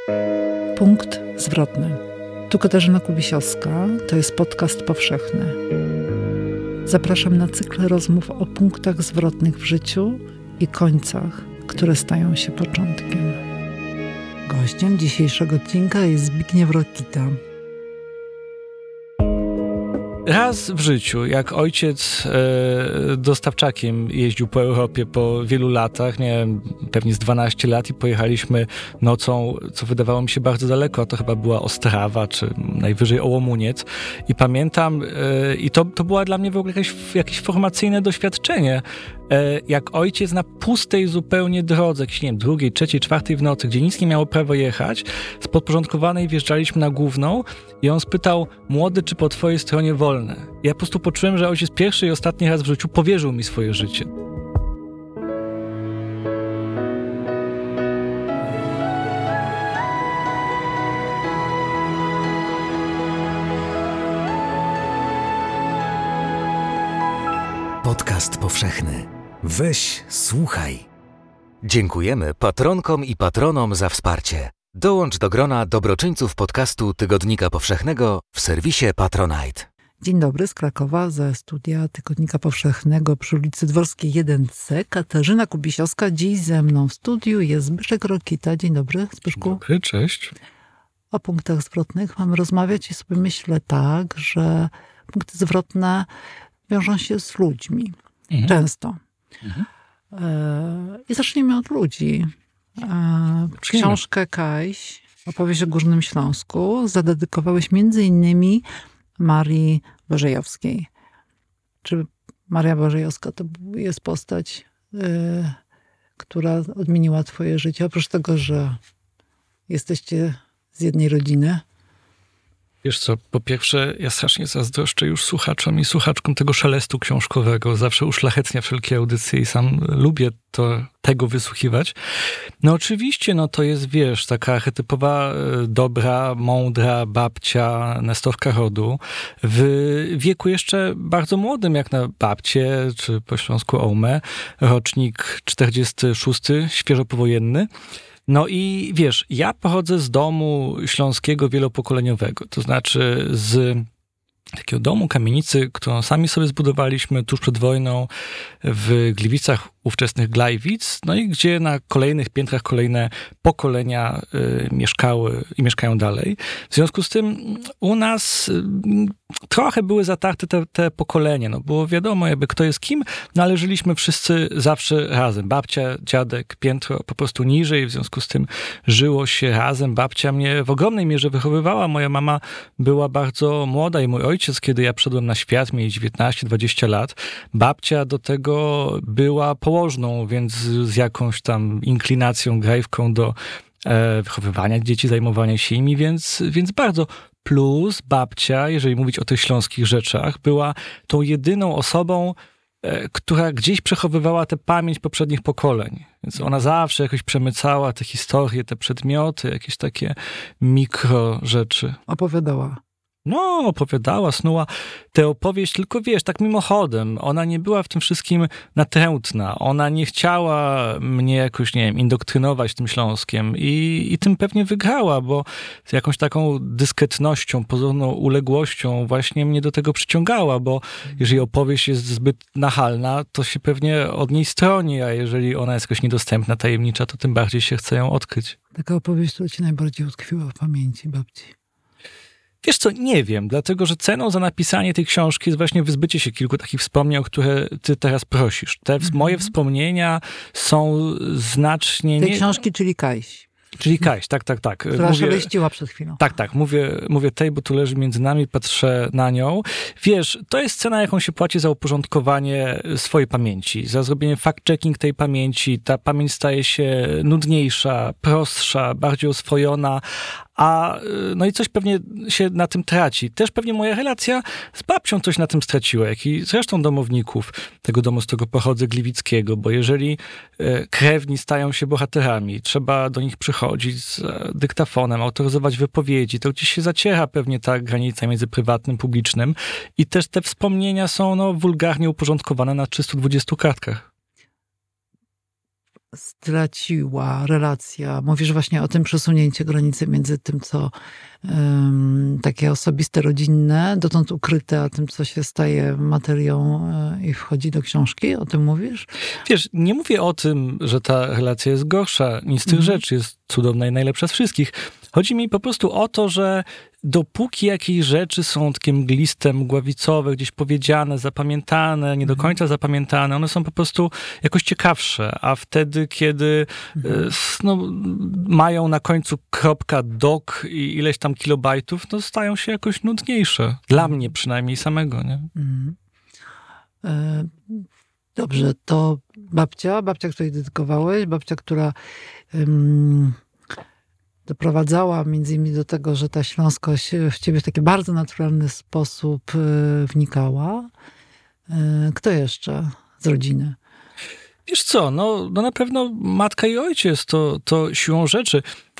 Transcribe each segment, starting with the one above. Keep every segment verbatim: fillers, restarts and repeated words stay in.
Punkt zwrotny. Tu Katarzyna Kubisiowska, to jest podcast powszechny. Zapraszam na cykl rozmów o punktach zwrotnych w życiu i końcach, które stają się początkiem. Gościem dzisiejszego odcinka jest Zbigniew Rokita. Raz w życiu, jak ojciec e, dostawczakiem jeździł po Europie po wielu latach, miałem pewnie z dwanaście lat i pojechaliśmy nocą, co wydawało mi się bardzo daleko, to chyba była Ostrawa, czy najwyżej Ołomuniec. I pamiętam, e, i to, to była dla mnie w ogóle jakieś, jakieś formacyjne doświadczenie, e, jak ojciec na pustej zupełnie drodze, jakiejś, nie wiem, drugiej, trzeciej, czwartej w nocy, gdzie nic nie miało prawa jechać, z podporządkowanej wjeżdżaliśmy na główną i on spytał: młody, czy po twojej stronie wolne? Ja po prostu poczułem, że ojciec pierwszy i ostatni raz w życiu powierzył mi swoje życie. Podcast powszechny. Weź, słuchaj. Dziękujemy patronkom i patronom za wsparcie. Dołącz do grona dobroczyńców podcastu Tygodnika Powszechnego w serwisie Patronite. Dzień dobry, z Krakowa, ze studia Tygodnika Powszechnego przy ulicy Dworskiej jeden C. Katarzyna Kubisiowska. Dziś ze mną w studiu jest Zbyszek Rokita. Dzień dobry, Zbyszku. Dzień dobry, cześć. O punktach zwrotnych mamy rozmawiać i sobie myślę tak, że punkty zwrotne wiążą się z ludźmi. Mhm. Często. Mhm. E, I zacznijmy od ludzi. E, książkę Kajś, opowieść o Górnym Śląsku, zadedykowałeś między innymi Marii Bożejowskiej. Czy Maria Bożejowska to jest postać, y, która odmieniła twoje życie? Oprócz tego, że jesteście z jednej rodziny. Wiesz co, po pierwsze, ja strasznie zazdroszczę już słuchaczom i słuchaczkom tego szelestu książkowego. Zawsze uszlachetnia wszelkie audycje i sam lubię to, tego wysłuchiwać. No oczywiście, no to jest, wiesz, taka archetypowa, dobra, mądra babcia, nestorka rodu. W wieku jeszcze bardzo młodym, jak na babcię, czy po śląsku ołmę, rocznik czterdziesty szósty, świeżo powojenny. No i wiesz, ja pochodzę z domu śląskiego wielopokoleniowego, to znaczy z takiego domu, kamienicy, którą sami sobie zbudowaliśmy tuż przed wojną w Gliwicach, ówczesnych Glajwic, no i gdzie na kolejnych piętrach kolejne pokolenia y, mieszkały i mieszkają dalej. W związku z tym u nas y, trochę były zatarte te, te pokolenia, no było wiadomo jakby kto jest kim, no ale żyliśmy wszyscy zawsze razem. Babcia, dziadek, piętro po prostu niżej, w związku z tym żyło się razem. Babcia mnie w ogromnej mierze wychowywała. Moja mama była bardzo młoda i mój ojciec, kiedy ja przyszedłem na świat, mieli dziewiętnaście dwadzieścia lat. Babcia do tego była położną, więc z jakąś tam inklinacją, grajwką do e, wychowywania dzieci, zajmowania się nimi, więc, więc bardzo. Plus babcia, jeżeli mówić o tych śląskich rzeczach, była tą jedyną osobą, e, która gdzieś przechowywała tę pamięć poprzednich pokoleń. Więc ona zawsze jakoś przemycała te historie, te przedmioty, jakieś takie mikro rzeczy. Opowiadała. No, opowiadała, snuła tę opowieść, tylko wiesz, tak mimochodem. Ona nie była w tym wszystkim natrętna. Ona nie chciała mnie jakoś, nie wiem, indoktrynować tym Śląskiem i, i tym pewnie wygrała, bo z jakąś taką dyskretnością, pozorną uległością właśnie mnie do tego przyciągała, bo jeżeli opowieść jest zbyt nachalna, to się pewnie od niej stroni, a jeżeli ona jest jakoś niedostępna, tajemnicza, to tym bardziej się chce ją odkryć. Taka opowieść, która ci najbardziej utkwiła w pamięci babci. Wiesz co, nie wiem, dlatego że ceną za napisanie tej książki jest właśnie wyzbycie się kilku takich wspomnień, o które ty teraz prosisz. Te mm-hmm. moje wspomnienia są znacznie... Tej nie... książki, czyli Kajś. Czyli Kajś, tak, tak, tak. Która mówię, szeleściła przed chwilą. Tak, tak. Mówię, mówię tej, bo tu leży między nami, patrzę na nią. Wiesz, to jest cena, jaką się płaci za uporządkowanie swojej pamięci, za zrobienie fact-checking tej pamięci. Ta pamięć staje się nudniejsza, prostsza, bardziej oswojona, a no i coś pewnie się na tym traci. Też pewnie moja relacja z babcią coś na tym straciła, jak i zresztą domowników tego domu, z którego pochodzę, gliwickiego, bo jeżeli krewni stają się bohaterami, trzeba do nich przychodzić z dyktafonem, autoryzować wypowiedzi, to gdzieś się zaciera pewnie ta granica między prywatnym, publicznym i też te wspomnienia są no, wulgarnie uporządkowane na trzystu dwudziestu kartkach. straciła relacja? Mówisz właśnie o tym przesunięciu granicy między tym, co um, takie osobiste, rodzinne, dotąd ukryte, a tym, co się staje materią y, i wchodzi do książki? O tym mówisz? Wiesz, nie mówię o tym, że ta relacja jest gorsza. Nic z tych Mhm. rzeczy jest cudowna i najlepsza z wszystkich. Chodzi mi po prostu o to, że dopóki jakieś rzeczy są takie mgliste, mgławicowe, gdzieś powiedziane, zapamiętane, nie do końca zapamiętane, one są po prostu jakoś ciekawsze, a wtedy, kiedy Mhm. e, no, mają na końcu kropka doc i ileś tam kilobajtów, no stają się jakoś nudniejsze. Dla mnie przynajmniej samego, nie? Mhm. E, Dobrze, to babcia, babcia, której dedykowałeś, babcia, która ym, doprowadzała między innymi do tego, że ta śląskość w ciebie w taki bardzo naturalny sposób y, wnikała. Y, Kto jeszcze z rodziny? Wiesz co, no, no na pewno matka i ojciec to, to siłą rzeczy.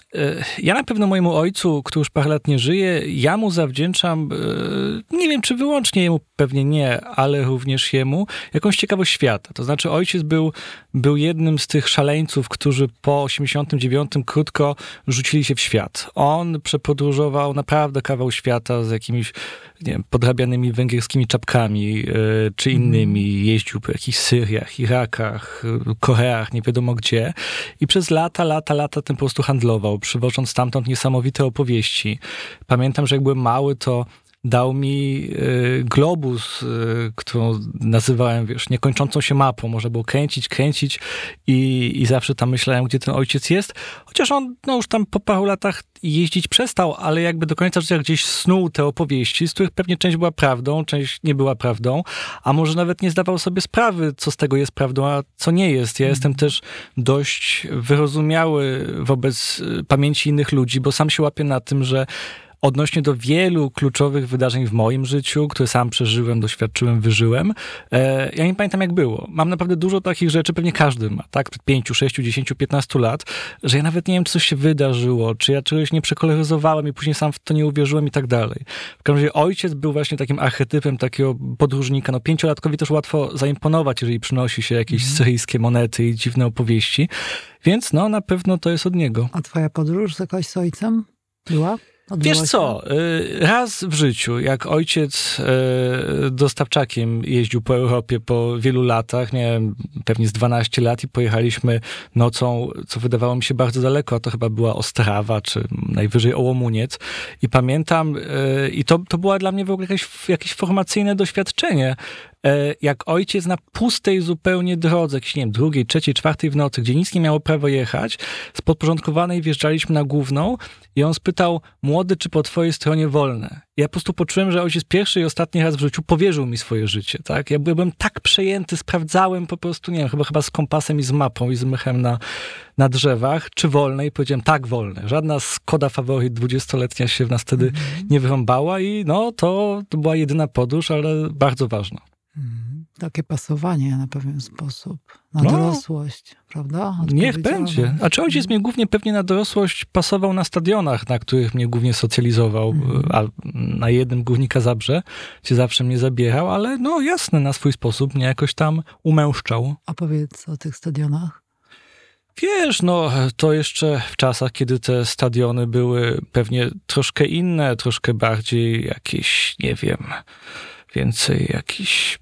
Ja na pewno mojemu ojcu, który już parę lat nie żyje, ja mu zawdzięczam, nie wiem czy wyłącznie jemu, pewnie nie, ale również jemu, jakąś ciekawość świata. To znaczy ojciec był, był jednym z tych szaleńców, którzy po osiemdziesiątym dziewiątym krótko rzucili się w świat. On przepodróżował naprawdę kawał świata z jakimiś, nie wiem, podrabianymi węgierskimi czapkami czy innymi. Jeździł po jakichś Syriach, Irakach, Koreach, nie wiadomo gdzie. I przez lata, lata, lata tym po prostu handlował, przywożąc stamtąd niesamowite opowieści. Pamiętam, że jak byłem mały, to dał mi y, globus, y, którą nazywałem, wiesz, niekończącą się mapą. Można było kręcić, kręcić i, i zawsze tam myślałem, gdzie ten ojciec jest. Chociaż on no, już tam po paru latach jeździć przestał, ale jakby do końca życia gdzieś snuł te opowieści, z których pewnie część była prawdą, część nie była prawdą, a może nawet nie zdawał sobie sprawy, co z tego jest prawdą, a co nie jest. Ja mm. jestem też dość wyrozumiały wobec pamięci innych ludzi, bo sam się łapię na tym, że odnośnie do wielu kluczowych wydarzeń w moim życiu, które sam przeżyłem, doświadczyłem, wyżyłem, e, ja nie pamiętam jak było. Mam naprawdę dużo takich rzeczy, pewnie każdy ma, tak? Przed pięciu, sześciu, dziesięciu, piętnastu lat, że ja nawet nie wiem, czy coś się wydarzyło, czy ja czegoś nie przekoloryzowałem i później sam w to nie uwierzyłem i tak dalej. W każdym razie ojciec był właśnie takim archetypem takiego podróżnika. No pięciolatkowi też łatwo zaimponować, jeżeli przynosi się jakieś mm. syryjskie monety i dziwne opowieści. Więc no, na pewno to jest od niego. A twoja podróż jakoś z ojcem była? Odbyła Wiesz co, raz w życiu, jak ojciec dostawczakiem jeździł po Europie po wielu latach, nie wiem, pewnie z dwanaście lat i pojechaliśmy nocą, co wydawało mi się bardzo daleko, a to chyba była Ostrawa, czy najwyżej Ołomuniec. I pamiętam, i to, to była dla mnie w ogóle jakieś, jakieś formacyjne doświadczenie, jak ojciec na pustej zupełnie drodze, jakiejś, nie wiem, drugiej, trzeciej, czwartej w nocy, gdzie nic nie miało prawa jechać, z podporządkowanej wjeżdżaliśmy na główną i on spytał, młody, czy po twojej stronie wolne? Ja po prostu poczułem, że ojciec pierwszy i ostatni raz w życiu powierzył mi swoje życie, tak? Ja byłem tak przejęty, sprawdzałem po prostu, nie wiem, chyba, chyba z kompasem i z mapą i z mychem na, na drzewach, czy wolne? I powiedziałem, tak, wolne. Żadna Skoda Favorit dwudziestoletnia się w nas wtedy mm-hmm. nie wyrąbała i no, to, to była jedyna podróż, ale bardzo ważna. Hmm, takie pasowanie na pewien sposób, na no, dorosłość, prawda? Niech będzie. A czy ojciec mnie głównie pewnie na dorosłość pasował na stadionach, na których mnie głównie socjalizował, hmm. a na jednym Górnika Zabrze, gdzie zawsze mnie zabierał, ale no jasne, na swój sposób mnie jakoś tam umęszczał. A powiedz o tych stadionach. Wiesz, no to jeszcze w czasach, kiedy te stadiony były pewnie troszkę inne, troszkę bardziej jakieś, nie wiem... więcej jakiś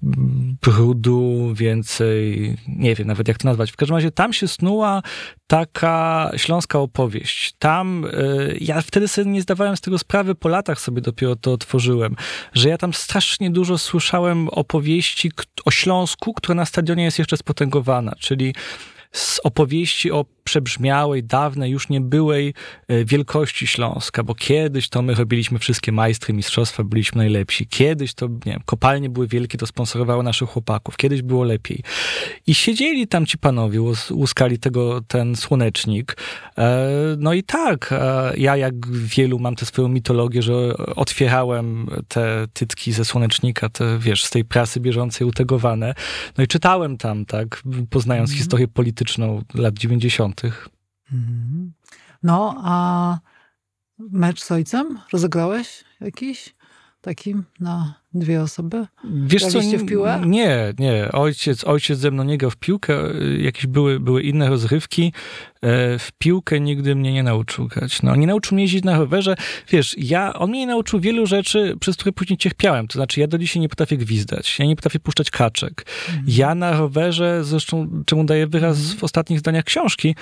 brudu, więcej, nie wiem nawet jak to nazwać. W każdym razie tam się snuła taka śląska opowieść. Tam, y, ja wtedy sobie nie zdawałem z tego sprawy, po latach sobie dopiero to otworzyłem, że ja tam strasznie dużo słyszałem opowieści o Śląsku, która na stadionie jest jeszcze spotęgowana, czyli z opowieści o przebrzmiałej, dawnej, już nie byłej wielkości Śląska, bo kiedyś to my robiliśmy wszystkie majstry, mistrzostwa, byliśmy najlepsi. Kiedyś to, nie wiem, kopalnie były wielkie, to sponsorowały naszych chłopaków. Kiedyś było lepiej. I siedzieli tam ci panowie, łuskali tego ten słonecznik. No i tak, ja jak wielu mam tę swoją mitologię, że otwierałem te tytki ze słonecznika, te, wiesz, z tej prasy bieżącej utegowane. No i czytałem tam, tak, poznając mm. historię polityczną lat dziewięćdziesiątych. No, a mecz z ojcem rozegrałeś jakiś? taki na dwie osoby? Wiesz co, w piłę? Nie, nie. Ojciec, ojciec ze mną nie grał w piłkę. Jakieś były, były inne rozrywki. W piłkę nigdy mnie nie nauczył grać. No, nie nauczył mnie jeździć na rowerze. Wiesz, ja, on mnie nie nauczył wielu rzeczy, przez które później cierpiałem. To znaczy, ja do dzisiaj nie potrafię gwizdać. Ja nie potrafię puszczać kaczek. Mhm. Ja na rowerze, zresztą czemu daję wyraz mhm. w ostatnich zdaniach książki,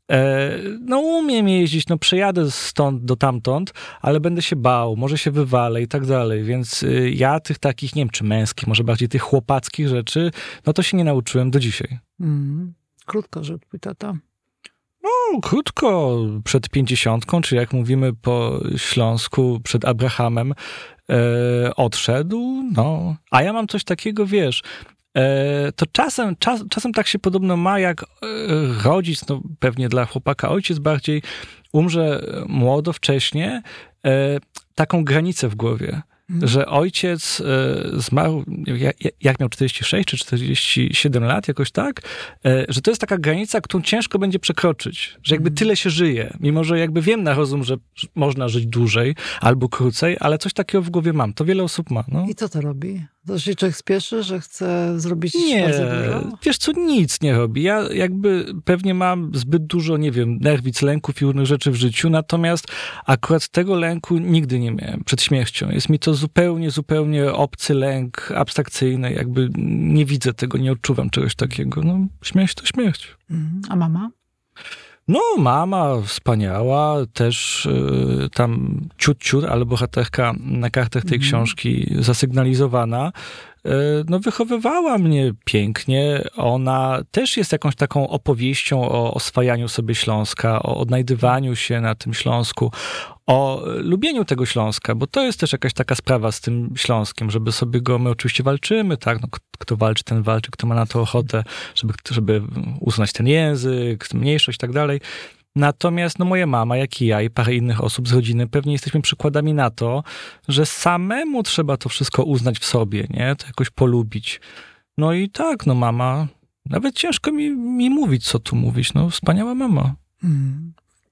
no umiem jeździć, no przejadę stąd do tamtąd, ale będę się bał, może się wywalę i tak dalej, więc ja tych takich, nie wiem, czy męskich, może bardziej tych chłopackich rzeczy, no to się nie nauczyłem do dzisiaj. Mm. Krótko, że twój tata. No, krótko, przed pięćdziesiątką, czy jak mówimy po śląsku, przed Abrahamem, e, odszedł, no. A ja mam coś takiego, wiesz, to czasem, czas, czasem tak się podobno ma, jak rodzic, no pewnie dla chłopaka ojciec bardziej umrze młodo, wcześnie, taką granicę w głowie. Mhm. Że ojciec zmarł, jak, jak miał czterdzieści sześć czy czterdzieści siedem lat, jakoś tak, że to jest taka granica, którą ciężko będzie przekroczyć. Że jakby tyle się żyje. Mimo, że jakby wiem na rozum, że można żyć dłużej albo krócej, ale coś takiego w głowie mam. To wiele osób ma. No. I co to robi? To się człowiek spieszy, że chce zrobić nie, bardzo dużo? Wiesz co, nic nie robi. Ja jakby pewnie mam zbyt dużo, nie wiem, nerwic, lęków i różnych rzeczy w życiu, natomiast akurat tego lęku nigdy nie miałem przed śmiercią. Jest mi to zupełnie, zupełnie obcy lęk, abstrakcyjny. Jakby nie widzę tego, nie odczuwam czegoś takiego. No, śmierć to śmierć. A mama? No, mama wspaniała, też y, tam ciut, ciut, ale bohaterka na kartach tej mm. książki zasygnalizowana, y, no wychowywała mnie pięknie. Ona też jest jakąś taką opowieścią o oswajaniu sobie Śląska, o odnajdywaniu się na tym Śląsku, o lubieniu tego Śląska, bo to jest też jakaś taka sprawa z tym Śląskiem, żeby sobie go, my oczywiście walczymy, tak, no, kto walczy, ten walczy, kto ma na to ochotę, żeby, żeby usunąć ten język, mniejszość i tak dalej. Natomiast no moja mama, jak i ja i parę innych osób z rodziny pewnie jesteśmy przykładami na to, że samemu trzeba to wszystko uznać w sobie, nie? To jakoś polubić. No i tak, no mama, nawet ciężko mi, mi mówić, co tu mówić, no wspaniała mama. Hmm.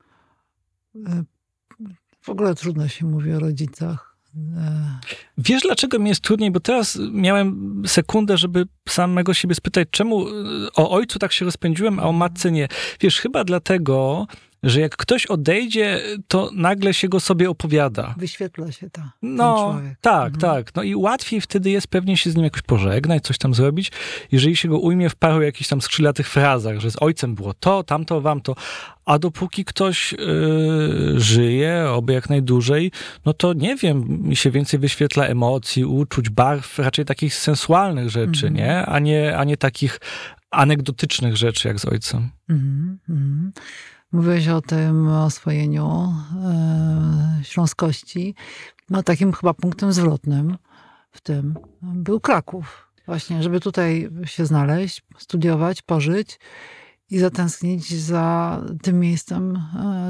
W ogóle trudno się mówi o rodzicach. Wiesz, dlaczego mi jest trudniej? Bo teraz miałem sekundę, żeby samego siebie spytać, czemu o ojcu tak się rozpędziłem, a o matce nie. Wiesz, chyba dlatego, że jak ktoś odejdzie, to nagle się go sobie opowiada. Wyświetla się ta, no, ten człowiek. Tak, mhm. tak. No i łatwiej wtedy jest pewnie się z nim jakoś pożegnać, coś tam zrobić, jeżeli się go ujmie w paru jakichś tam skrzydlatych frazach, że z ojcem było to, tamto, wamto. A dopóki ktoś yy, żyje, oby jak najdłużej, no to nie wiem, mi się więcej wyświetla emocji, uczuć, barw, raczej takich sensualnych rzeczy, mhm. nie? A nie? A nie takich anegdotycznych rzeczy jak z ojcem. Mhm, mhm. Mówiłeś o tym oswojeniu e, śląskości. No takim chyba punktem zwrotnym w tym był Kraków. Właśnie, żeby tutaj się znaleźć, studiować, pożyć i zatęsknić za tym miejscem, e,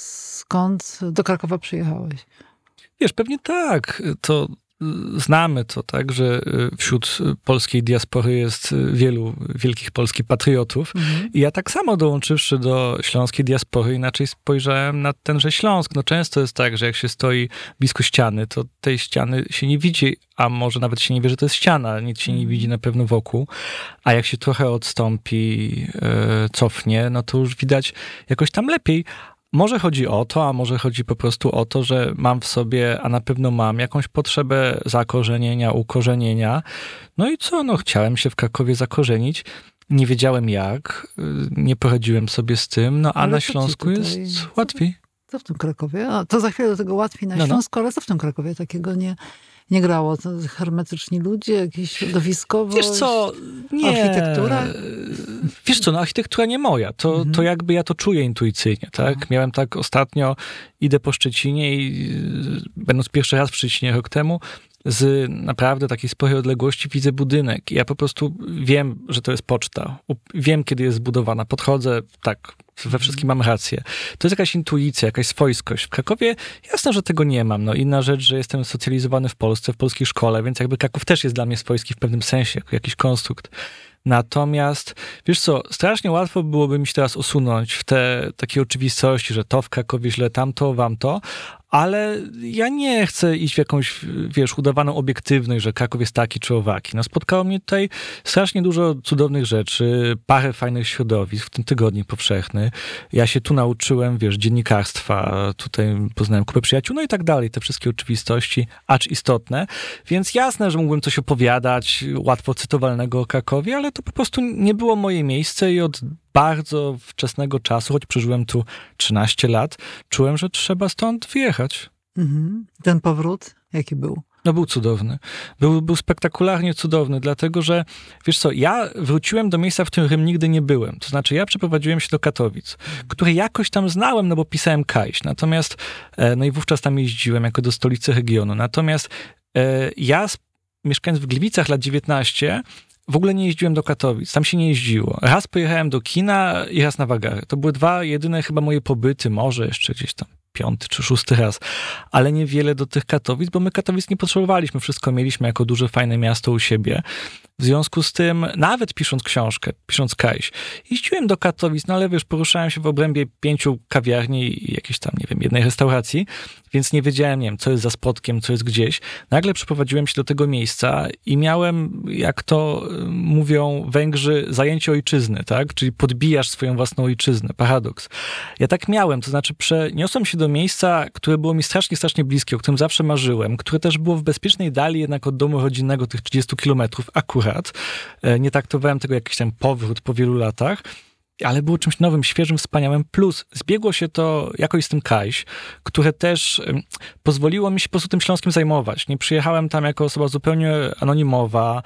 skąd do Krakowa przyjechałeś. Wiesz, pewnie tak. To znamy to, tak, że wśród polskiej diaspory jest wielu wielkich polskich patriotów. Mhm. I ja tak samo dołączywszy do śląskiej diaspory, inaczej spojrzałem na tenże Śląsk. No często jest tak, że jak się stoi blisko ściany, to tej ściany się nie widzi, a może nawet się nie wie, że to jest ściana, nic się nie widzi na pewno wokół. A jak się trochę odstąpi, cofnie, no to już widać jakoś tam lepiej. Może chodzi o to, a może chodzi po prostu o to, że mam w sobie, a na pewno mam jakąś potrzebę zakorzenienia, ukorzenienia. No i co? No chciałem się w Krakowie zakorzenić. Nie wiedziałem jak, nie poradziłem sobie z tym, no a ale na Śląsku tutaj jest łatwiej. Co w tym Krakowie? A to za chwilę do tego łatwiej na no, Śląsku, no. Ale co w tym Krakowie takiego nie... Nie grało? To hermetyczni ludzie, jakieś środowiskowość? Wiesz co, nie. Architektura? Wiesz co, no architektura nie moja. To, mhm. to jakby ja to czuję intuicyjnie, tak? Aha. Miałem tak ostatnio, idę po Szczecinie i będąc pierwszy raz w Szczecinie rok temu, z naprawdę takiej sporej odległości widzę budynek. I ja po prostu wiem, że to jest poczta. Wiem, kiedy jest zbudowana. Podchodzę tak we wszystkim mam rację. To jest jakaś intuicja, jakaś swojskość. W Krakowie jasne, że tego nie mam. No, inna rzecz, że jestem socjalizowany w Polsce, w polskiej szkole, więc jakby Kraków też jest dla mnie swojski w pewnym sensie, jako jakiś konstrukt. Natomiast, wiesz co, strasznie łatwo byłoby mi się teraz usunąć w te takie oczywistości, że to w Krakowie źle, tamto, wamto, ale ja nie chcę iść w jakąś, wiesz, udawaną obiektywność, że Kraków jest taki czy owaki. No, spotkało mnie tutaj strasznie dużo cudownych rzeczy, parę fajnych środowisk, w tym Tygodnik Powszechny. Ja się tu nauczyłem, wiesz, dziennikarstwa, tutaj poznałem kupę przyjaciół, no i tak dalej, te wszystkie oczywistości, acz istotne. Więc jasne, że mógłbym coś opowiadać łatwo cytowalnego o Krakowie, ale to po prostu nie było moje miejsce i od bardzo wczesnego czasu, choć przeżyłem tu trzynaście lat, czułem, że trzeba stąd wyjechać. Mhm. Ten powrót, jaki był? No był cudowny. Był, był spektakularnie cudowny, dlatego że, wiesz co, ja wróciłem do miejsca, w którym nigdy nie byłem. To znaczy, ja przeprowadziłem się do Katowic, które jakoś tam znałem, no bo pisałem Kajś. Natomiast, no i wówczas tam jeździłem jako do stolicy regionu. Natomiast ja, mieszkając w Gliwicach lat dziewiętnaście, w ogóle nie jeździłem do Katowic, tam się nie jeździło. Raz pojechałem do kina i raz na wagary. To były dwa jedyne chyba moje pobyty, może jeszcze gdzieś tam piąty czy szósty raz, ale niewiele do tych Katowic, bo my Katowic nie potrzebowaliśmy, wszystko mieliśmy jako duże, fajne miasto u siebie. W związku z tym, nawet pisząc książkę, pisząc Kajś, jeździłem do Katowic, no ale wiesz, poruszałem się w obrębie pięciu kawiarni i jakiejś tam, nie wiem, jednej restauracji, więc nie wiedziałem, nie wiem, co jest za spotkiem, co jest gdzieś. Nagle przeprowadziłem się do tego miejsca i miałem, jak to mówią Węgrzy, zajęcie ojczyzny, tak? Czyli podbijasz swoją własną ojczyznę, paradoks. Ja tak miałem, to znaczy przeniosłem się do miejsca, które było mi strasznie, strasznie bliskie, o którym zawsze marzyłem, które też było w bezpiecznej dali jednak od domu rodzinnego tych trzydziestu kilometrów, akurat. Nie traktowałem tego jakiś tam powrót po wielu latach, ale było czymś nowym, świeżym, wspaniałym. Plus zbiegło się to jakoś z tym Kajś, które też pozwoliło mi się po prostu tym Śląskiem zajmować. Nie przyjechałem tam jako osoba zupełnie anonimowa.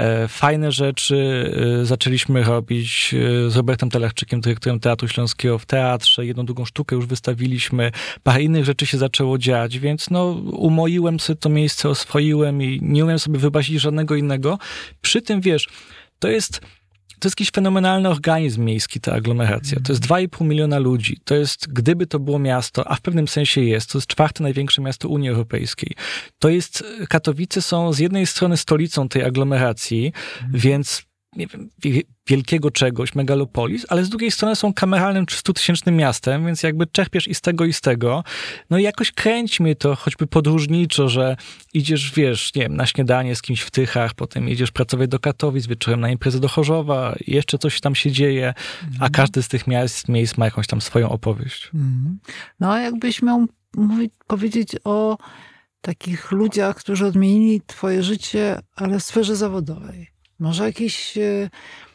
Fajne rzeczy zaczęliśmy robić z Robertem Telarczykiem, dyrektorem Teatru Śląskiego w teatrze. Jedną, drugą sztukę już wystawiliśmy. Parę innych rzeczy się zaczęło dziać, więc no umoiłem sobie to miejsce, oswoiłem i nie umiem sobie wyobrazić żadnego innego. Przy tym, wiesz, to jest... To jest jakiś fenomenalny organizm miejski, ta aglomeracja. To jest dwa i pół miliona ludzi. To jest, gdyby to było miasto, a w pewnym sensie jest, to jest czwarte największe miasto Unii Europejskiej. To jest, Katowice są z jednej strony stolicą tej aglomeracji, mhm. więc nie wiem, wielkiego czegoś, megalopolis, ale z drugiej strony są kameralnym trzystutysięcznym miastem, więc jakby czerpiesz i z tego, i z tego. No i jakoś kręci mnie to, choćby podróżniczo, że idziesz, wiesz, nie wiem, na śniadanie z kimś w Tychach, potem jedziesz pracować do Katowic, wieczorem na imprezę do Chorzowa, jeszcze coś tam się dzieje, mhm. a każdy z tych miast, miejsc ma jakąś tam swoją opowieść. Mhm. No a jakbyś miał mówić, powiedzieć o takich ludziach, którzy odmienili twoje życie, ale w sferze zawodowej. Może jakichś e,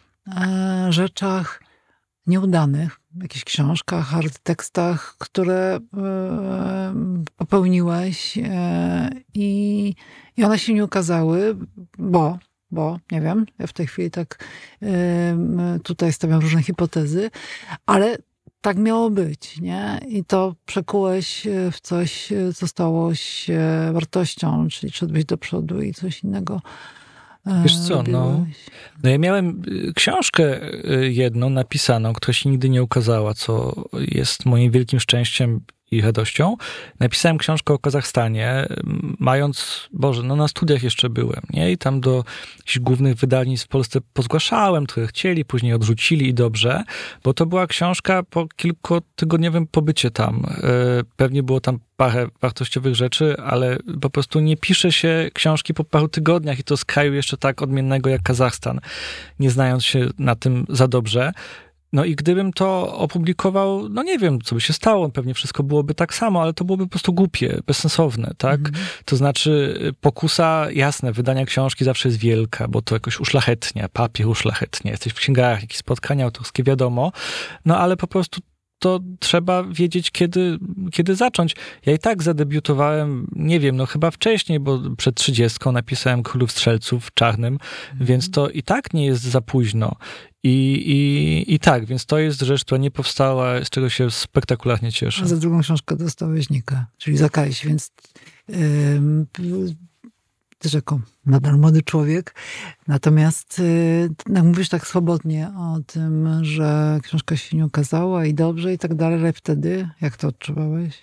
rzeczach nieudanych, jakichś książkach, hard tekstach, które e, popełniłeś e, i, i one się nie ukazały, bo, bo, nie wiem, ja w tej chwili tak e, tutaj stawiam różne hipotezy, ale tak miało być, nie? I to przekułeś w coś, co stało się wartością, czyli szedłeś do przodu i coś innego. Wiesz co, no, no ja miałem książkę jedną napisaną, która się nigdy nie ukazała, co jest moim wielkim szczęściem i radością. Napisałem książkę o Kazachstanie, mając, Boże, no na studiach jeszcze byłem, nie? I tam do jakichś głównych wydawnictw w Polsce pozgłaszałem, które chcieli, później odrzucili i dobrze, bo to była książka po kilkutygodniowym pobycie tam. Pewnie było tam parę wartościowych rzeczy, ale po prostu nie pisze się książki po paru tygodniach i to z kraju jeszcze tak odmiennego jak Kazachstan, nie znając się na tym za dobrze. No i gdybym to opublikował, no nie wiem, co by się stało, pewnie wszystko byłoby tak samo, ale to byłoby po prostu głupie, bezsensowne, tak? Mm. To znaczy pokusa, jasne, wydania książki zawsze jest wielka, bo to jakoś uszlachetnia, papier uszlachetnia, jesteś w księgarniach, jakieś spotkania autorskie, wiadomo, no ale po prostu to trzeba wiedzieć, kiedy, kiedy zacząć. Ja i tak zadebiutowałem, nie wiem, no chyba wcześniej, bo przed trzydziestką napisałem Królów Strzelców Czarnym, mm. więc to i tak nie jest za późno. I, i, I tak, więc to jest rzecz, która nie powstała, z czego się spektakularnie cieszę. A za drugą książkę dostałeś Nika, czyli za Kajś, więc yy, też jako nadal młody człowiek. Natomiast jak mówisz tak swobodnie o tym, że książka się nie ukazała i dobrze i tak dalej, ale wtedy jak to odczuwałeś?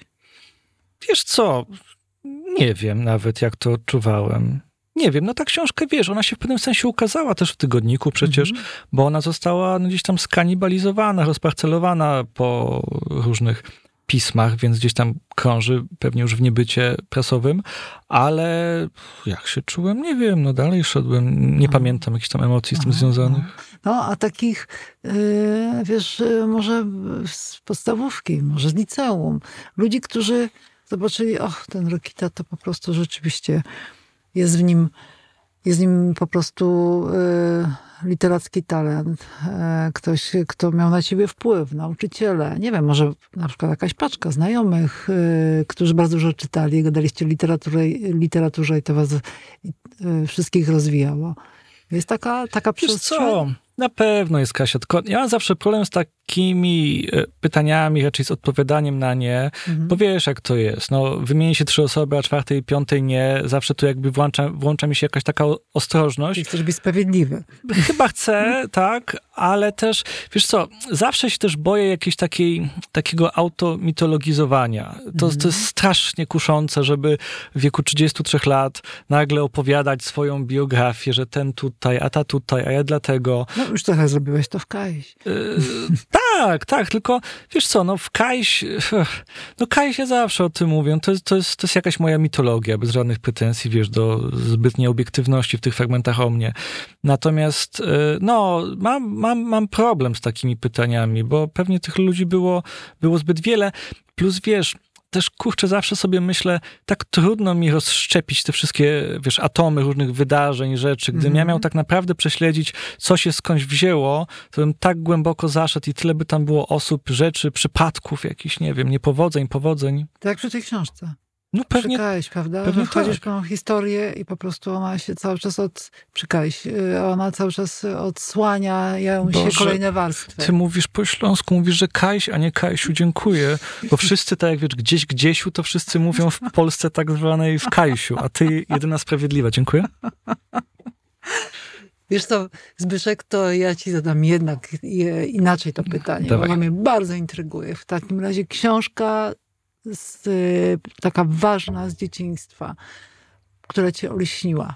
Wiesz co, nie wiem nawet jak to odczuwałem. Nie wiem, no ta książka, wiesz, ona się w pewnym sensie ukazała też w tygodniku przecież, mm-hmm. bo ona została no, gdzieś tam skanibalizowana, rozparcelowana po różnych pismach, więc gdzieś tam krąży pewnie już w niebycie prasowym, ale jak się czułem, nie wiem, no dalej szedłem, nie no. pamiętam jakichś tam emocji z tym no, związanych. No, no a takich, yy, wiesz, może z podstawówki, może z liceum, ludzi, którzy zobaczyli, och, ten Rokita to po prostu rzeczywiście jest w nim, jest w nim po prostu y, literacki talent. Y, ktoś, kto miał na ciebie wpływ, nauczyciele. Nie wiem, może na przykład jakaś paczka znajomych, y, którzy bardzo dużo czytali, gadaliście literaturę, literaturze i to was y, wszystkich rozwijało. Jest taka, taka przestrzeń. Co? Na pewno jest, Kasia, tylko ja mam zawsze problem z takimi pytaniami, raczej z odpowiadaniem na nie, mhm. bo wiesz, jak to jest. No, wymieni się trzy osoby, a czwartej i piątej nie. Zawsze tu jakby włącza, włącza mi się jakaś taka ostrożność. I chcesz być sprawiedliwy. Chyba chcę, tak, ale też, wiesz co, zawsze się też boję jakiejś takiej, takiego automitologizowania. To, mhm. to jest strasznie kuszące, żeby w wieku trzydziestu trzech lat nagle opowiadać swoją biografię, że ten tutaj, a ta tutaj, a ja dlatego. No już trochę zrobiłeś to w Kaiś. Yy, tak, tak, tylko wiesz co, no w Kaiś, no Kaiś ja zawsze o tym mówię, to jest, to, jest, to jest jakaś moja mitologia, bez żadnych pretensji, wiesz, do zbytniej obiektywności w tych fragmentach o mnie. Natomiast, yy, no, mam, mam, mam problem z takimi pytaniami, bo pewnie tych ludzi było, było zbyt wiele, plus wiesz, też, kurczę, zawsze sobie myślę, tak trudno mi rozszczepić te wszystkie, wiesz, atomy różnych wydarzeń, rzeczy. Gdybym mm-hmm. ja miał tak naprawdę prześledzić, co się skądś wzięło, to bym tak głęboko zaszedł i tyle by tam było osób, rzeczy, przypadków jakichś, nie wiem, niepowodzeń, powodzeń. Tak jak przy tej książce. No pewnie. Przykaiś, prawda? Pewnie wchodzisz tak. w pewną historię i po prostu ona się cały czas od... Przykaiś. Ona cały czas odsłania ją Boże, się kolejne warstwy. Ty mówisz po śląsku, mówisz, że Kaiś, a nie Kajsiu, dziękuję. Bo wszyscy tak jak wiesz, gdzieś gdziesiu, to wszyscy mówią w Polsce tak zwanej w Kajsiu, a ty jedyna sprawiedliwa. Dziękuję. Wiesz co, Zbyszek, to ja ci zadam jednak inaczej to pytanie, Dawaj. Bo mnie bardzo intryguje. W takim razie książka z, taka ważna z dzieciństwa, która cię olśniła.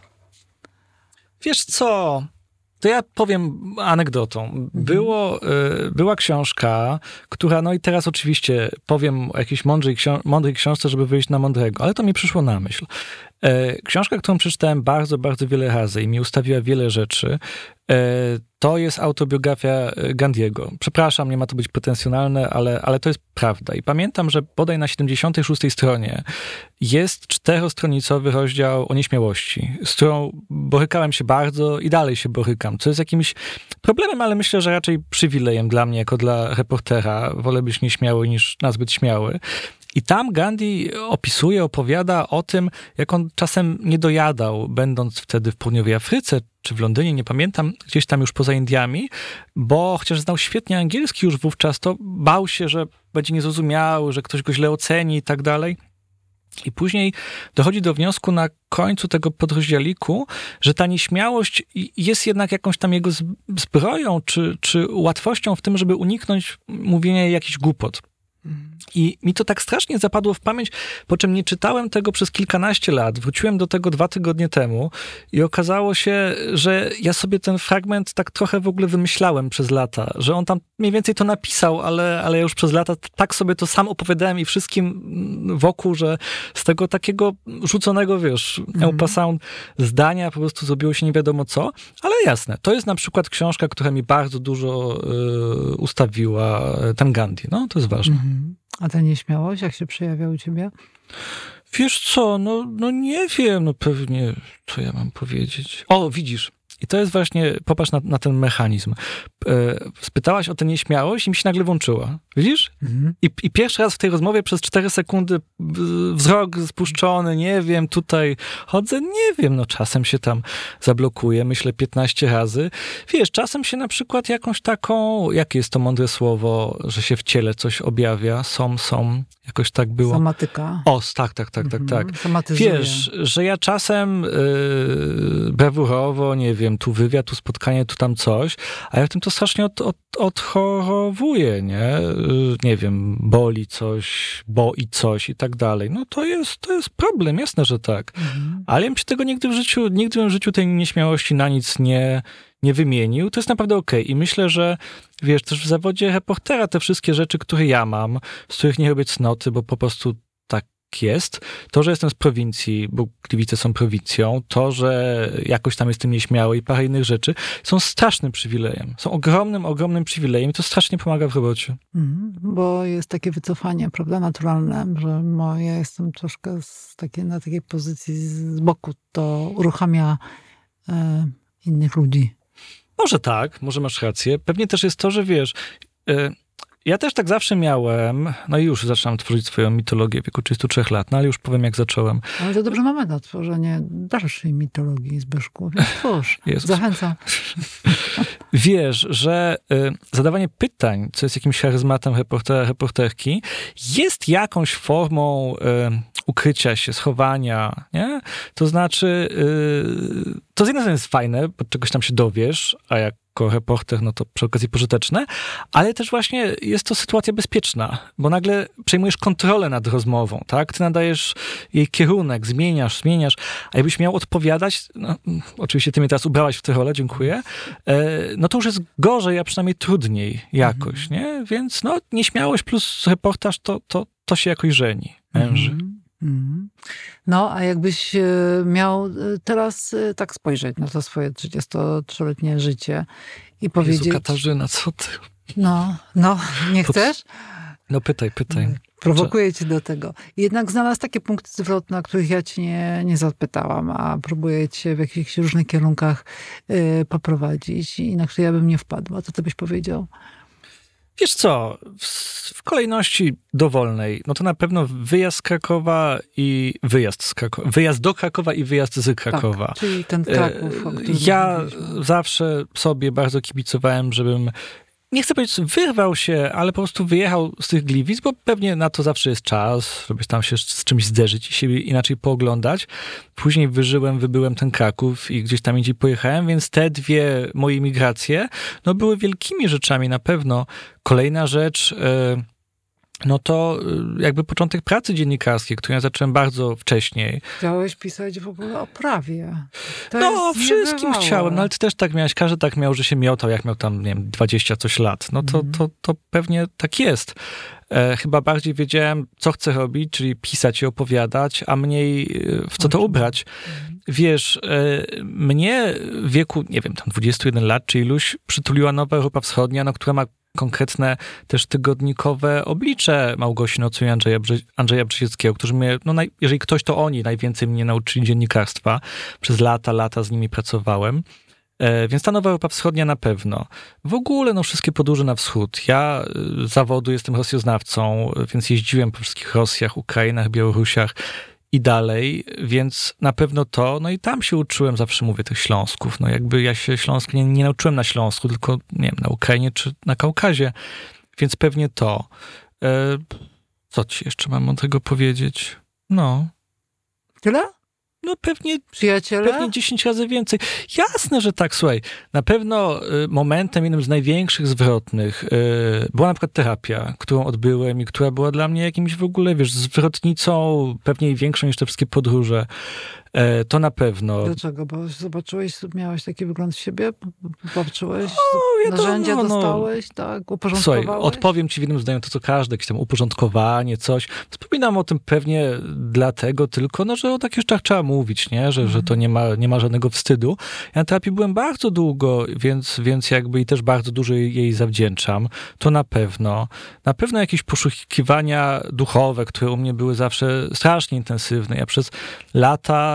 Wiesz co, to ja powiem anegdotą. Było, y, była książka, która, no i teraz oczywiście powiem o jakiejś mądrej, książ- mądrej książce, żeby wyjść na mądrego, ale to mi przyszło na myśl. Y, książka, którą przeczytałem bardzo, bardzo wiele razy i mi ustawiła wiele rzeczy, y, to jest autobiografia Gandiego. Przepraszam, nie ma to być pretensjonalne, ale, ale to jest prawda. I pamiętam, że bodaj na siedemdziesiątej szóstej stronie jest czterostronicowy rozdział o nieśmiałości, z którą borykałem się bardzo i dalej się borykam, co jest jakimś problemem, ale myślę, że raczej przywilejem dla mnie, jako dla reportera. Wolę być nieśmiały niż nazbyt śmiały. I tam Gandhi opisuje, opowiada o tym, jak on czasem nie dojadał, będąc wtedy w południowej Afryce, czy w Londynie, nie pamiętam, gdzieś tam już poza Indiami, bo chociaż znał świetnie angielski już wówczas, to bał się, że będzie niezrozumiały, że ktoś go źle oceni i tak dalej. I później dochodzi do wniosku na końcu tego podrozdzialiku, że ta nieśmiałość jest jednak jakąś tam jego zbroją, czy, czy łatwością w tym, żeby uniknąć mówienia jakichś głupot. I mi to tak strasznie zapadło w pamięć, po czym nie czytałem tego przez kilkanaście lat. Wróciłem do tego dwa tygodnie temu i okazało się, że ja sobie ten fragment tak trochę w ogóle wymyślałem przez lata, że on tam mniej więcej to napisał, ale, ale ja już przez lata tak sobie to sam opowiadałem i wszystkim wokół, że z tego takiego rzuconego, wiesz, mm. en passant zdania po prostu zrobiło się nie wiadomo co, ale jasne, to jest na przykład książka, która mi bardzo dużo y, ustawiła, ten Gandhi, no to jest ważne. Mm. A ta nieśmiałość, jak się przejawia u ciebie? Wiesz co, no, no nie wiem, no pewnie, co ja mam powiedzieć. O, widzisz, I to jest właśnie, popatrz na, na ten mechanizm. Spytałaś o tę nieśmiałość i mi się nagle włączyła. Widzisz? Mhm. I, I pierwszy raz w tej rozmowie przez cztery sekundy wzrok spuszczony, nie wiem, tutaj chodzę, nie wiem, no czasem się tam zablokuję, myślę piętnaście razy. Wiesz, czasem się na przykład jakąś taką, jakie jest to mądre słowo, że się w ciele coś objawia, są, są, jakoś tak było. Somatyka. O, tak, tak, tak, mhm. tak, tak. Somatyzuje. Wiesz, że ja czasem yy, brawurowo, nie wiem, tu wywiad, tu spotkanie, tu tam coś, a ja w tym to strasznie od, od, odchorowuję, nie? Yy, nie wiem, boli coś, boi coś i tak dalej. No to jest, to jest problem, jasne, że tak. Mhm. Ale ja bym się tego nigdy w życiu, nigdy bym w życiu tej nieśmiałości na nic nie, nie wymienił. To jest naprawdę okej. Okay. I myślę, że wiesz, też w zawodzie reportera te wszystkie rzeczy, które ja mam, z których nie robię cnoty, bo po prostu tak jest. To, że jestem z prowincji, bo Gliwice są prowincją, to, że jakoś tam jestem nieśmiały i parę innych rzeczy, są strasznym przywilejem. Są ogromnym, ogromnym przywilejem i to strasznie pomaga w robocie. Mhm, bo jest takie wycofanie, prawda, naturalne, że mo, ja jestem troszkę z takiej, na takiej pozycji z boku, to uruchamia e, innych ludzi. Może tak, może masz rację. Pewnie też jest to, że wiesz, y, ja też tak zawsze miałem, no i już zaczynam tworzyć swoją mitologię w wieku trzydziestu trzech lat, no ale już powiem, jak zacząłem. Ale to dobrze mamy na tworzenie dalszej mitologii, Zbyszku, więc twórz. Jezus. Zachęcam. Wiesz, że y, zadawanie pytań, co jest jakimś charyzmatem reportera, reporterki, jest jakąś formą y, ukrycia się, schowania, nie? To znaczy, y, to z jednej strony jest fajne, bo czegoś tam się dowiesz, a jako reporter, no to przy okazji pożyteczne, ale też właśnie jest to sytuacja bezpieczna, bo nagle przejmujesz kontrolę nad rozmową, tak? Ty nadajesz jej kierunek, zmieniasz, zmieniasz, a jakbyś miał odpowiadać, no, oczywiście ty mnie teraz ubrałaś w tę rolę, dziękuję, e, no to już jest gorzej, a przynajmniej trudniej jakoś, mhm. nie? Więc no, nieśmiałość plus reportaż, to, to, to się jakoś żeni, męży. Mhm. No, a jakbyś miał teraz tak spojrzeć na to swoje trzydziestotrzyletnie życie i powiedzieć... Jezu, Katarzyna, co ty? No, no, nie chcesz? No pytaj, pytaj. Prowokuję cię do tego. Jednak znalazł takie punkty zwrotne, na których ja cię nie, nie zapytałam, a próbuję cię w jakichś różnych kierunkach y, poprowadzić i na które ja bym nie wpadła. Co ty byś powiedział? Wiesz co, w, w kolejności dowolnej, no to na pewno wyjazd z Krakowa i wyjazd z Krakowa, wyjazd do Krakowa i wyjazd z Krakowa. Tak, czyli ten Kraków, o którym Ja zawsze sobie bardzo kibicowałem, żebym, nie chcę powiedzieć, wyrwał się, ale po prostu wyjechał z tych Gliwic, bo pewnie na to zawsze jest czas, żeby tam się z czymś zderzyć i siebie inaczej pooglądać. Później wyżyłem, wybyłem ten Kraków i gdzieś tam indziej pojechałem, więc te dwie moje migracje, no były wielkimi rzeczami na pewno. Kolejna rzecz, no to jakby początek pracy dziennikarskiej, którą ja zacząłem bardzo wcześniej. Chciałeś pisać w ogóle o prawie. To no, o wszystkim niebywałe. Chciałem, no ale ty też tak miałeś, każdy tak miał, że się miotał, jak miał tam, nie wiem, dwadzieścia coś lat. No to, mm. to, to pewnie tak jest. E, chyba bardziej wiedziałem, co chcę robić, czyli pisać i opowiadać, a mniej w co to ubrać. Mm. Wiesz, e, mnie w wieku, nie wiem, tam dwudziestu jeden lat, czy iluś, przytuliła Nowa Europa Wschodnia, no, która ma konkretne też tygodnikowe oblicze Małgosi Nocu i Andrzeja, Brze- Andrzeja Brzezieckiego, którzy mnie, no naj, jeżeli ktoś, to oni najwięcej mnie nauczyli dziennikarstwa. Przez lata, lata z nimi pracowałem. E, więc ta Nowa Europa Wschodnia na pewno. W ogóle no wszystkie podróże na wschód. Ja z zawodu jestem rosjoznawcą, więc jeździłem po wszystkich Rosjach, Ukrainach, Białorusiach i dalej, więc na pewno to, no i tam się uczyłem, zawsze mówię, tych Śląsków. No jakby ja się Śląsk nie, nie nauczyłem na Śląsku, tylko, nie wiem, na Ukrainie czy na Kaukazie, więc pewnie to. E, co ci jeszcze mam o tego powiedzieć? No. Tyle? No pewnie, Przyjaciele? pewnie dziesięć razy więcej. Jasne, że tak, słuchaj. Na pewno y, momentem, jednym z największych zwrotnych y, była na przykład terapia, którą odbyłem i która była dla mnie jakimś w ogóle, wiesz, zwrotnicą, pewnie większą niż te wszystkie podróże. E, to na pewno. Dlaczego? Bo zobaczyłeś, miałeś taki wygląd siebie? Popatrzyłeś? No, narzędzia no, no. dostałeś? Tak? Uporządkowałeś? Słuchaj, odpowiem ci w jednym zdaniu to, co każdy, jakieś tam uporządkowanie, coś. Wspominam o tym pewnie dlatego tylko, no, że o takich rzeczach trzeba mówić, nie? Że, mhm. że to nie ma, nie ma żadnego wstydu. Ja na terapii byłem bardzo długo, więc, więc jakby i też bardzo dużo jej zawdzięczam. To na pewno. Na pewno jakieś poszukiwania duchowe, które u mnie były zawsze strasznie intensywne. Ja przez lata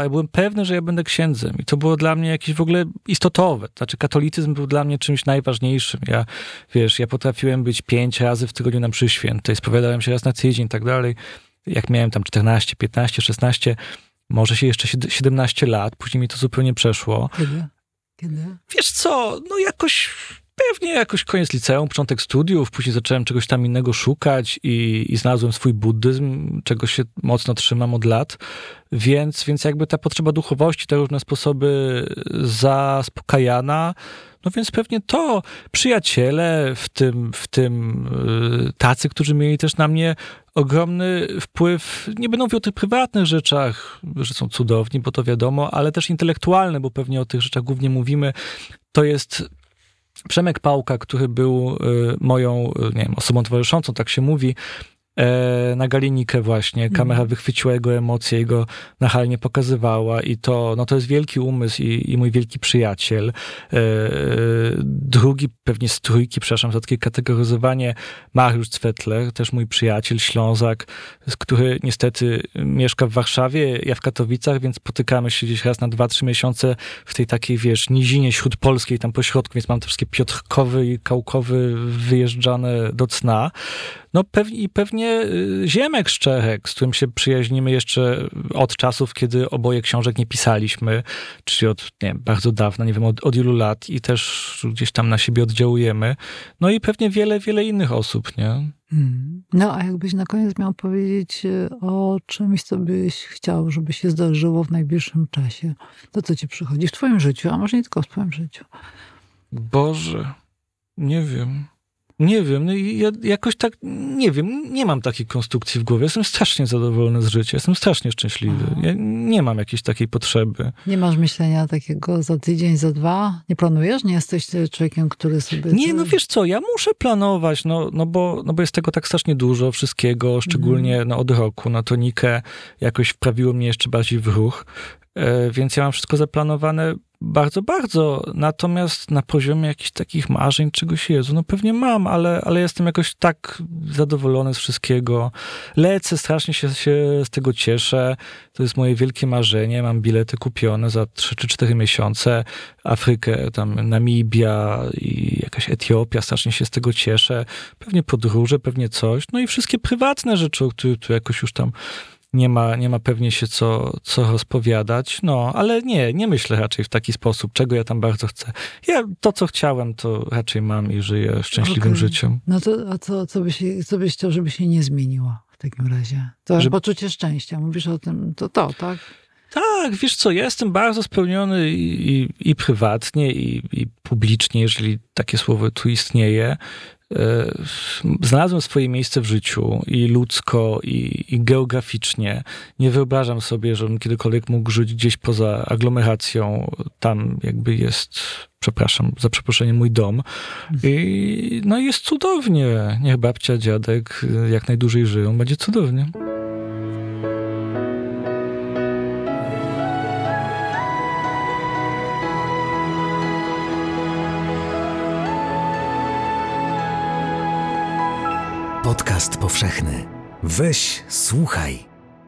ale byłem pewny, że ja będę księdzem. I to było dla mnie jakieś w ogóle istotowe. Znaczy katolicyzm był dla mnie czymś najważniejszym. Ja, wiesz, ja potrafiłem być pięć razy w tygodniu na mszy świętej, spowiadałem się raz na tydzień i tak dalej. Jak miałem tam czternaście, piętnaście, szesnaście, może się jeszcze siedemnaście lat, później mi to zupełnie przeszło. Kiedy? Kiedy? Wiesz co, no jakoś... Pewnie jakoś koniec liceum, początek studiów, później zacząłem czegoś tam innego szukać i, i znalazłem swój buddyzm, czego się mocno trzymam od lat, więc, więc jakby ta potrzeba duchowości, te różne sposoby zaspokajana, no więc pewnie to przyjaciele, w tym, w tym tacy, którzy mieli też na mnie ogromny wpływ, nie będę mówił o tych prywatnych rzeczach, że są cudowni, bo to wiadomo, ale też intelektualne, bo pewnie o tych rzeczach głównie mówimy, to jest Przemek Pałka, który był moją, nie wiem, osobą towarzyszącą, tak się mówi, na Galinikę właśnie. Kamera wychwyciła jego emocje i go nachalnie pokazywała i to, no to jest wielki umysł i, i mój wielki przyjaciel. Drugi, pewnie z trójki, przepraszam za takie kategoryzowanie, Mariusz Cwetler, też mój przyjaciel, Ślązak, który niestety mieszka w Warszawie, ja w Katowicach, więc spotykamy się gdzieś raz na dwa, trzy miesiące w tej takiej, wiesz, nizinie śródpolskiej tam po środku, więc mam te wszystkie Piotrkowy i Kałkowy wyjeżdżane do cna. No pewnie, i pewnie Ziemek Szczerek, z którym się przyjaźnimy jeszcze od czasów, kiedy oboje książek nie pisaliśmy, czyli od, nie wiem, bardzo dawna, nie wiem, od, od ilu lat i też gdzieś tam na siebie oddziałujemy. No i pewnie wiele, wiele innych osób, nie? Hmm. No a jakbyś na koniec miał powiedzieć o czymś, co byś chciał, żeby się zdarzyło w najbliższym czasie, to co ci przychodzi w twoim życiu, a może nie tylko w twoim życiu? Boże, nie wiem. Nie wiem, no ja jakoś tak, nie wiem, nie mam takiej konstrukcji w głowie. Jestem strasznie zadowolony z życia, jestem strasznie szczęśliwy. Ja nie mam jakiejś takiej potrzeby. Nie masz myślenia takiego za tydzień, za dwa? Nie planujesz? Nie jesteś człowiekiem, który sobie... Nie, no wiesz co, ja muszę planować, no, no, bo, no bo jest tego tak strasznie dużo, wszystkiego, szczególnie mm. no, od roku. Na tonikę jakoś wprawiło mnie jeszcze bardziej w ruch. Więc ja mam wszystko zaplanowane bardzo, bardzo. Natomiast na poziomie jakichś takich marzeń, czegoś Jezu, no pewnie mam, ale, ale jestem jakoś tak zadowolony z wszystkiego. Lecę, strasznie się, się z tego cieszę. To jest moje wielkie marzenie. Mam bilety kupione za trzy czy cztery miesiące. Afrykę, tam Namibia i jakaś Etiopia. Strasznie się z tego cieszę. Pewnie podróże, pewnie coś. No i wszystkie prywatne rzeczy, o których tu jakoś już tam Nie ma, nie ma pewnie się co, co rozpowiadać, no, ale nie, nie myślę raczej w taki sposób, czego ja tam bardzo chcę. Ja to, co chciałem, to raczej mam i żyję szczęśliwym okay. życiem. No to, a co, co, byś, co byś chciał, żeby się nie zmieniło w takim razie? To że... poczucie szczęścia, mówisz o tym, to to, tak? Tak, wiesz co, ja jestem bardzo spełniony i, i, i prywatnie, i, i publicznie, jeżeli takie słowo tu istnieje. Znalazłem swoje miejsce w życiu i ludzko, i, i geograficznie. Nie wyobrażam sobie, żebym kiedykolwiek mógł żyć gdzieś poza aglomeracją. Tam jakby jest, przepraszam, za przeproszeniem, mój dom. I no jest cudownie. Niech babcia, dziadek jak najdłużej żyją. Będzie cudownie. Podcast powszechny. Weź, słuchaj.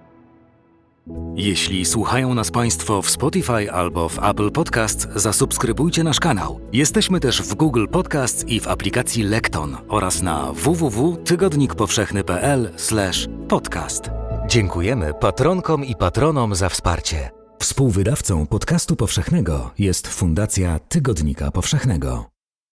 Jeśli słuchają nas Państwo w Spotify albo w Apple Podcasts, zasubskrybujcie nasz kanał. Jesteśmy też w Google Podcasts i w aplikacji Lekton oraz na w w w kropka tygodnik powszechny kropka p l slash podcast. Dziękujemy patronkom i patronom za wsparcie. Współwydawcą podcastu powszechnego jest Fundacja Tygodnika Powszechnego.